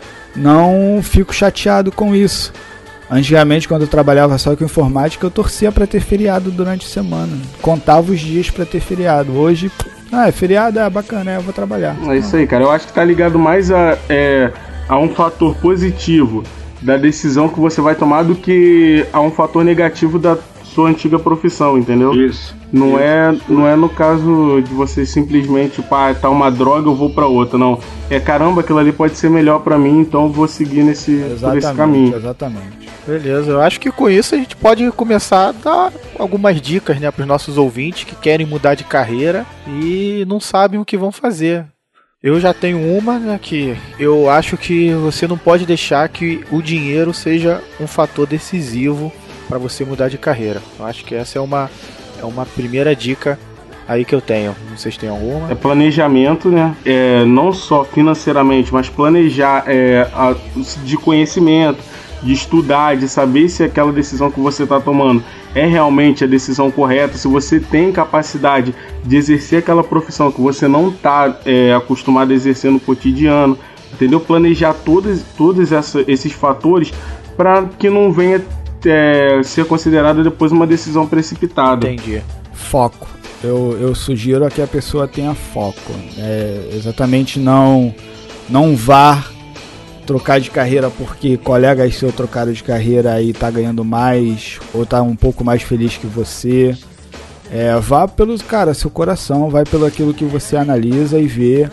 Não fico chateado com isso. Antigamente, quando eu trabalhava só com informática, eu torcia para ter feriado durante a semana. Contava os dias para ter feriado. Hoje, ah, é feriado, é bacana, é, eu vou trabalhar. É isso aí, cara. Eu acho que tá ligado mais a, é, a um fator positivo da decisão que você vai tomar do que a um fator negativo da sua antiga profissão, entendeu? Isso. Não, isso. É, não é no caso de você simplesmente, pá, tá uma droga, eu vou pra outra, não. É, caramba, aquilo ali pode ser melhor pra mim, então eu vou seguir nesse, por esse caminho. Exatamente. Beleza, eu acho que com isso a gente pode começar a dar algumas dicas, né, pros nossos ouvintes que querem mudar de carreira e não sabem o que vão fazer. Eu já tenho uma, né, que eu acho que você não pode deixar que o dinheiro seja um fator decisivo para você mudar de carreira. Eu acho que essa é uma, é uma primeira dica aí que eu tenho. Vocês têm alguma? É planejamento, né? É, não só financeiramente, mas planejar é, a, de conhecimento, de estudar, de saber se aquela decisão que você está tomando é realmente a decisão correta, se você tem capacidade de exercer aquela profissão que você não está é, acostumado a exercer no cotidiano, entendeu? Planejar todos, todos essa, esses fatores para que não venha É, ser considerada depois uma decisão precipitada. Entendi. Foco. Eu, eu sugiro que a pessoa tenha foco. É, exatamente não, não vá trocar de carreira porque colegas seus trocaram de carreira e tá ganhando mais ou tá um pouco mais feliz que você. É, vá pelo, cara, seu coração, vai pelo aquilo que você analisa e vê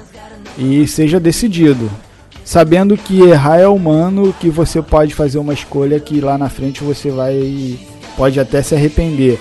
e seja decidido. Sabendo que errar é humano, que você pode fazer uma escolha que lá na frente você vai pode até se arrepender,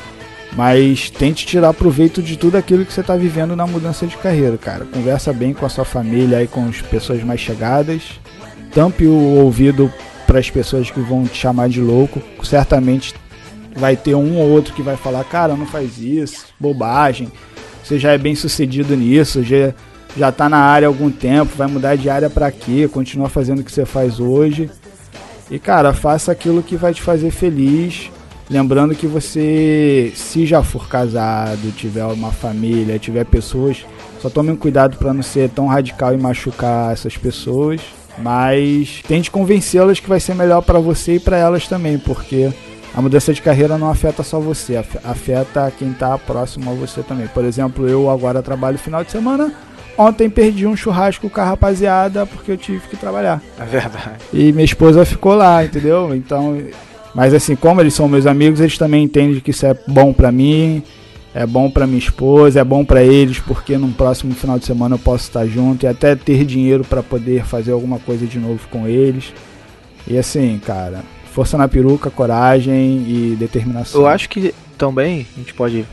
mas tente tirar proveito de tudo aquilo que você está vivendo na mudança de carreira, cara. Conversa bem com a sua família e com as pessoas mais chegadas, tampe o ouvido para as pessoas que vão te chamar de louco. Certamente vai ter um ou outro que vai falar, cara, não faz isso, bobagem, você já é bem sucedido nisso, já já tá na área há algum tempo, vai mudar de área pra quê? Continua fazendo o que você faz hoje. E, cara, faça aquilo que vai te fazer feliz. Lembrando que você, se já for casado, tiver uma família, tiver pessoas, só tome um cuidado pra não ser tão radical e machucar essas pessoas. Mas tente convencê-las que vai ser melhor pra você e pra elas também, porque a mudança de carreira não afeta só você, afeta quem tá próximo a você também. Por exemplo, eu agora trabalho final de semana. Ontem perdi um churrasco com a rapaziada porque eu tive que trabalhar. É verdade. E minha esposa ficou lá, entendeu? Então, mas assim, como eles são meus amigos, eles também entendem que isso é bom pra mim, é bom pra minha esposa, é bom pra eles, porque no próximo final de semana eu posso estar junto e até ter dinheiro pra poder fazer alguma coisa de novo com eles. E assim, cara, força na peruca, coragem e determinação. Eu acho que também a gente pode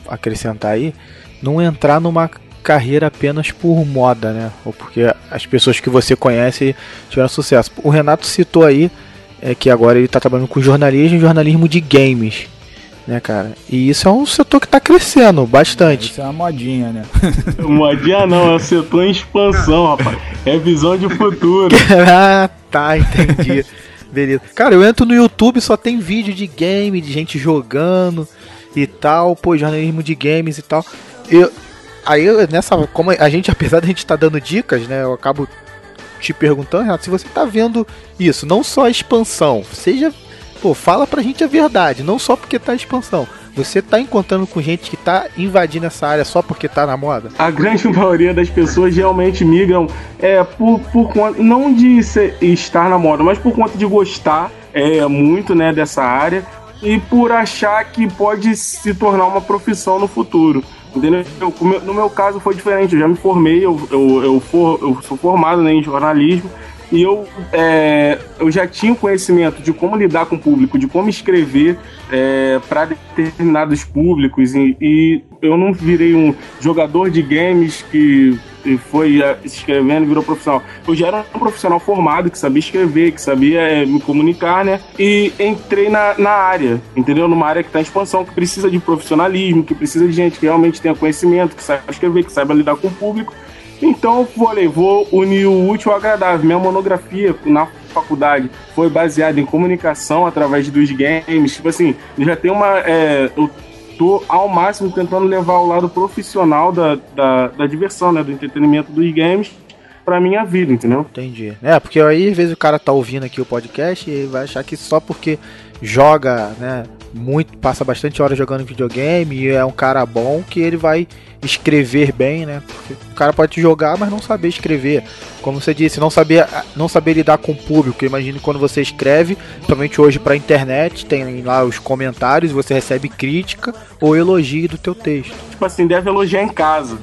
acrescentar aí, não entrar numa carreira apenas por moda, né? Ou porque as pessoas que você conhece tiveram sucesso. O Renato citou aí é, que agora ele está trabalhando com jornalismo, jornalismo de games, né, cara? E isso é um setor que está crescendo bastante. Isso é uma modinha, né? Modinha não, é um setor em expansão, rapaz. É visão de futuro. Ah, tá, entendi. Beleza. Cara, eu entro no YouTube, só tem vídeo de game, de gente jogando e tal, pô, jornalismo de games e tal. Eu, aí, nessa, como a gente, apesar de a gente estar tá dando dicas, né, eu acabo te perguntando, Renato, se você tá vendo isso, não só a expansão, seja, pô, fala pra gente a verdade, não só porque tá a expansão. Você tá encontrando com gente que tá invadindo essa área só porque tá na moda? A grande maioria das pessoas realmente migram é, por, por conta, não de ser, estar na moda, mas por conta de gostar é, muito, né, dessa área e por achar que pode se tornar uma profissão no futuro. Entendeu? Eu, no meu caso foi diferente, eu já me formei, eu, eu, eu, for, eu sou formado, né, em jornalismo. E eu, é, eu já tinha conhecimento de como lidar com o público, de como escrever é, para determinados públicos. E, e eu não virei um jogador de games que foi escrevendo e virou profissional. Eu já era um profissional formado, que sabia escrever, que sabia é, me comunicar, né? E entrei na, na área, entendeu? Numa área que está em expansão, que precisa de profissionalismo, que precisa de gente que realmente tenha conhecimento, que saiba escrever, que saiba lidar com o público. Então eu falei, vou unir o útil ao agradável. Minha monografia na faculdade foi baseada em comunicação através dos games. Tipo assim, já tem uma... É, eu tô ao máximo tentando levar o lado profissional da, da, da diversão, né? Do entretenimento dos games pra minha vida, entendeu? Entendi. É, porque aí às vezes o cara tá ouvindo aqui o podcast e vai achar que só porque joga, né, muito, passa bastante horas jogando videogame e é um cara bom que ele vai escrever bem, né? Porque o cara pode jogar, mas não saber escrever. Como você disse, não saber, não saber lidar com o público. Imagine quando você escreve, principalmente hoje pra internet, tem lá os comentários, você recebe crítica ou elogio do teu texto. Tipo assim, deve elogiar em casa.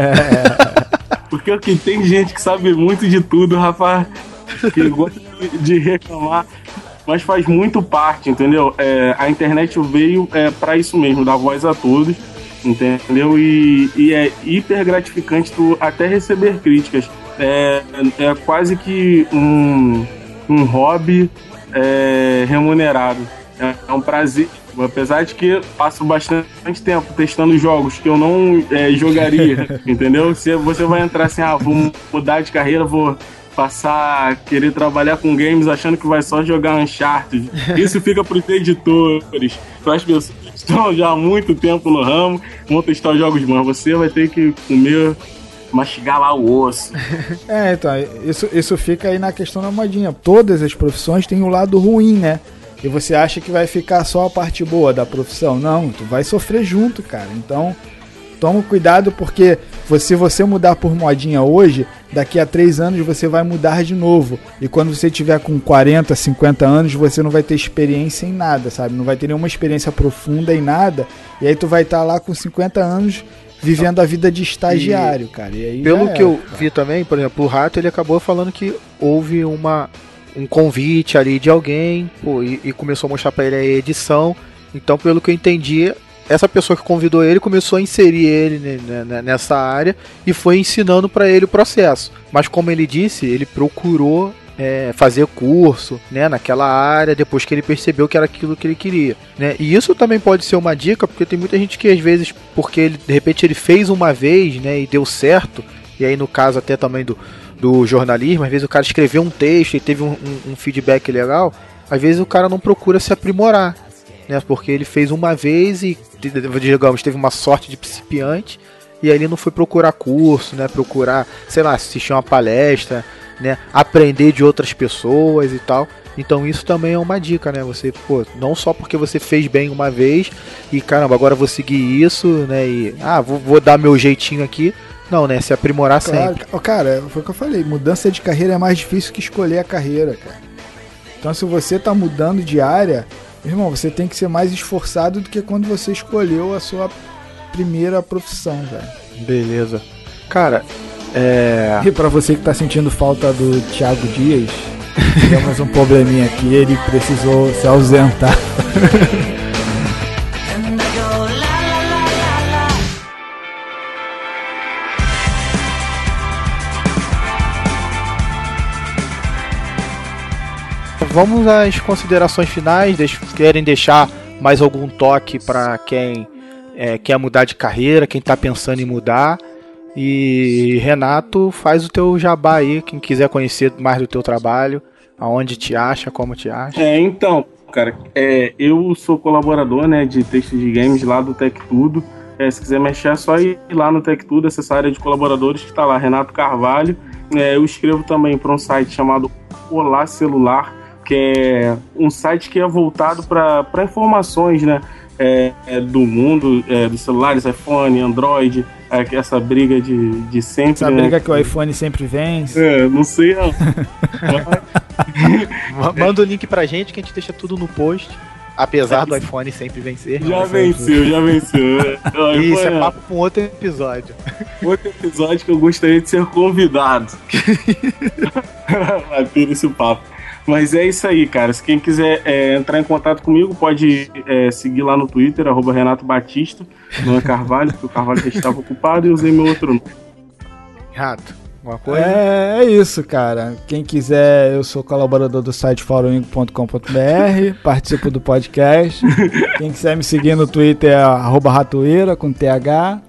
Porque aqui tem gente que sabe muito de tudo, rapaz, que gosta de reclamar, mas faz muito parte, entendeu? É, a internet veio é, pra isso mesmo, dar voz a todos, entendeu? E, e é hiper gratificante tu até receber críticas. É, é quase que um, um hobby é, remunerado. É, é um prazer. Apesar de que passo bastante tempo testando jogos que eu não é, jogaria, entendeu? Se você vai entrar assim, ah, vou mudar de carreira, vou passar a querer trabalhar com games achando que vai só jogar Uncharted. Isso fica para os editores, para as pessoas que estão já há muito tempo no ramo, vão testar os jogos, mas você vai ter que comer, mastigar lá o osso. É, então, isso, isso fica aí na questão da modinha. Todas as profissões têm um lado ruim, né? E você acha que vai ficar só a parte boa da profissão? Não, tu vai sofrer junto, cara. Então, toma cuidado, porque se você mudar por modinha hoje, daqui a três anos você vai mudar de novo. E quando você tiver com quarenta, cinquenta anos, você não vai ter experiência em nada, sabe? Não vai ter nenhuma experiência profunda em nada. E aí tu vai estar lá com cinquenta anos vivendo a vida de estagiário, e, cara. E aí pelo que era, eu cara. vi também, por exemplo, o Rato, ele acabou falando que houve uma... um convite ali de alguém, pô, e, e começou a mostrar pra ele a edição. Então, pelo que eu entendi, essa pessoa que convidou ele começou a inserir ele né, nessa área e foi ensinando pra ele o processo. Mas como ele disse, ele procurou é, fazer curso, né, naquela área depois que ele percebeu que era aquilo que ele queria, né? E isso também pode ser uma dica, porque tem muita gente que às vezes, porque ele, de repente ele fez uma vez, né, e deu certo, e aí no caso até também do do jornalismo, às vezes o cara escreveu um texto e teve um, um, um feedback legal, às vezes o cara não procura se aprimorar, né? Porque ele fez uma vez e, digamos, teve uma sorte de principiante e aí ele não foi procurar curso, né? Procurar, sei lá, assistir uma palestra, né? Aprender de outras pessoas e tal. Então isso também é uma dica, né? Você, pô, não só porque você fez bem uma vez e caramba, agora eu vou seguir isso, né? E, ah, vou, vou dar meu jeitinho aqui. Não, né? Se aprimorar claro, sempre. Cara, foi o que eu falei. Mudança de carreira é mais difícil que escolher a carreira, cara. Então, se você tá mudando de área, irmão, você tem que ser mais esforçado do que quando você escolheu a sua primeira profissão, velho. Beleza. Cara, é... E pra você que tá sentindo falta do Thiago Dias, tivemos um probleminha aqui, ele precisou se ausentar. vamos às considerações finais. Deix- querem deixar mais algum toque para quem é, quer mudar de carreira, quem está pensando em mudar? E Renato, faz o teu jabá aí, quem quiser conhecer mais do teu trabalho, aonde te acha, como te acha. É, então, cara, é, eu sou colaborador, né, de textos de games lá do Tech Tudo. É, se quiser mexer, é só ir lá no Tech Tudo, acessar a área de colaboradores que está lá, Renato Carvalho. É, eu escrevo também para um site chamado Olá Celular, que é um site que é voltado para informações, né, é, é, do mundo, é, dos celulares, iPhone, Android, é, essa briga de, de sempre. Essa né? briga que o iPhone sempre vence. É, não sei não. Manda o link pra gente que a gente deixa tudo no post. Apesar do iPhone sempre vencer. Já venceu, já venceu. Isso é papo pra um outro episódio. Outro episódio que eu gostaria de ser convidado. Vai ter esse papo. Mas é isso aí, cara. Se quem quiser é, entrar em contato comigo, pode é, seguir lá no Twitter, arroba Renato Batista, não é Carvalho, porque o Carvalho já estava ocupado e usei meu outro nome. Rato, alguma coisa? É, é isso, cara. Quem quiser, eu sou colaborador do site foroingo ponto com ponto b r, participo do podcast. Quem quiser me seguir no Twitter é arroba ratoeira, com T H.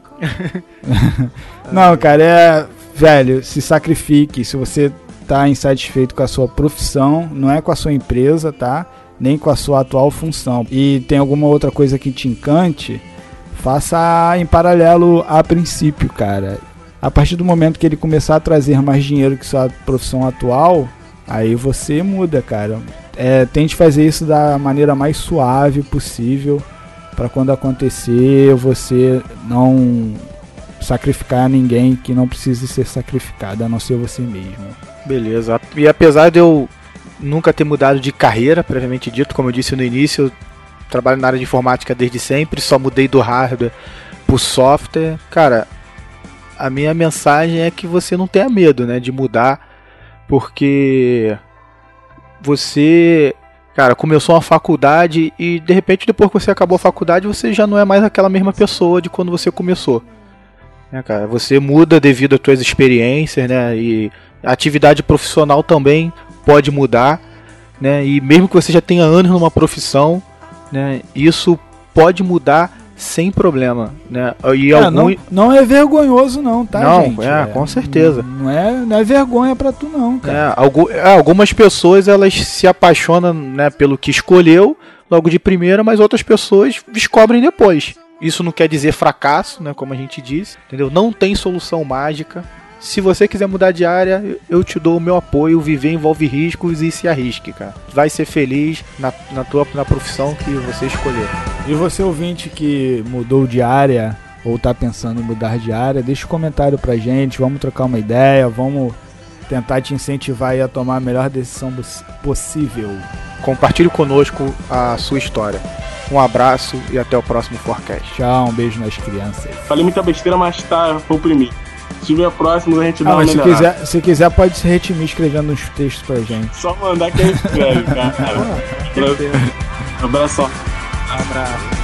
Não, cara, é... Velho, se sacrifique. Se você tá insatisfeito com a sua profissão, não é com a sua empresa, tá? Nem com a sua atual função. E tem alguma outra coisa que te encante, faça em paralelo a princípio, cara. A partir do momento que ele começar a trazer mais dinheiro que sua profissão atual, aí você muda, cara. É, tente fazer isso da maneira mais suave possível, para quando acontecer você não sacrificar ninguém que não precise ser sacrificado, a não ser você mesmo. Beleza. E apesar de eu nunca ter mudado de carreira, previamente dito, como eu disse no início, eu trabalho na área de informática desde sempre, só mudei do hardware pro software. Cara, a minha mensagem é que você não tenha medo, né, de mudar, porque você, cara, começou uma faculdade e de repente depois que você acabou a faculdade você já não é mais aquela mesma pessoa de quando você começou. É, cara, você muda devido às suas experiências, né, e a atividade profissional também pode mudar, né, e mesmo que você já tenha anos numa profissão, né, isso pode mudar sem problema, né? E é, algum... não, não é vergonhoso não, tá, não, gente? É, é, com certeza. Não, não, é, não é vergonha pra tu não, cara. É, algu- é, algumas pessoas elas se apaixonam, né, pelo que escolheu logo de primeira, mas outras pessoas descobrem depois. Isso não quer dizer fracasso, né, como a gente disse, entendeu? Não tem solução mágica. Se você quiser mudar de área, eu te dou o meu apoio. Viver envolve riscos e se arrisque, cara. Vai ser feliz na, na tua na profissão que você escolher. E você ouvinte que mudou de área ou tá pensando em mudar de área, deixa um comentário pra gente, vamos trocar uma ideia, vamos tentar te incentivar aí a tomar a melhor decisão possível. Compartilhe conosco a sua história. Um abraço e até o próximo Forecast. Tchau, um beijo nas crianças. Falei muita besteira, mas tá, foi o primeiro. Se tiver próximo, a gente dá ah, uma mas se melhorada. quiser, se quiser, pode se retimir escrevendo uns textos pra gente. Só mandar que eu escrevo, cara. Ah, Abração. abraço.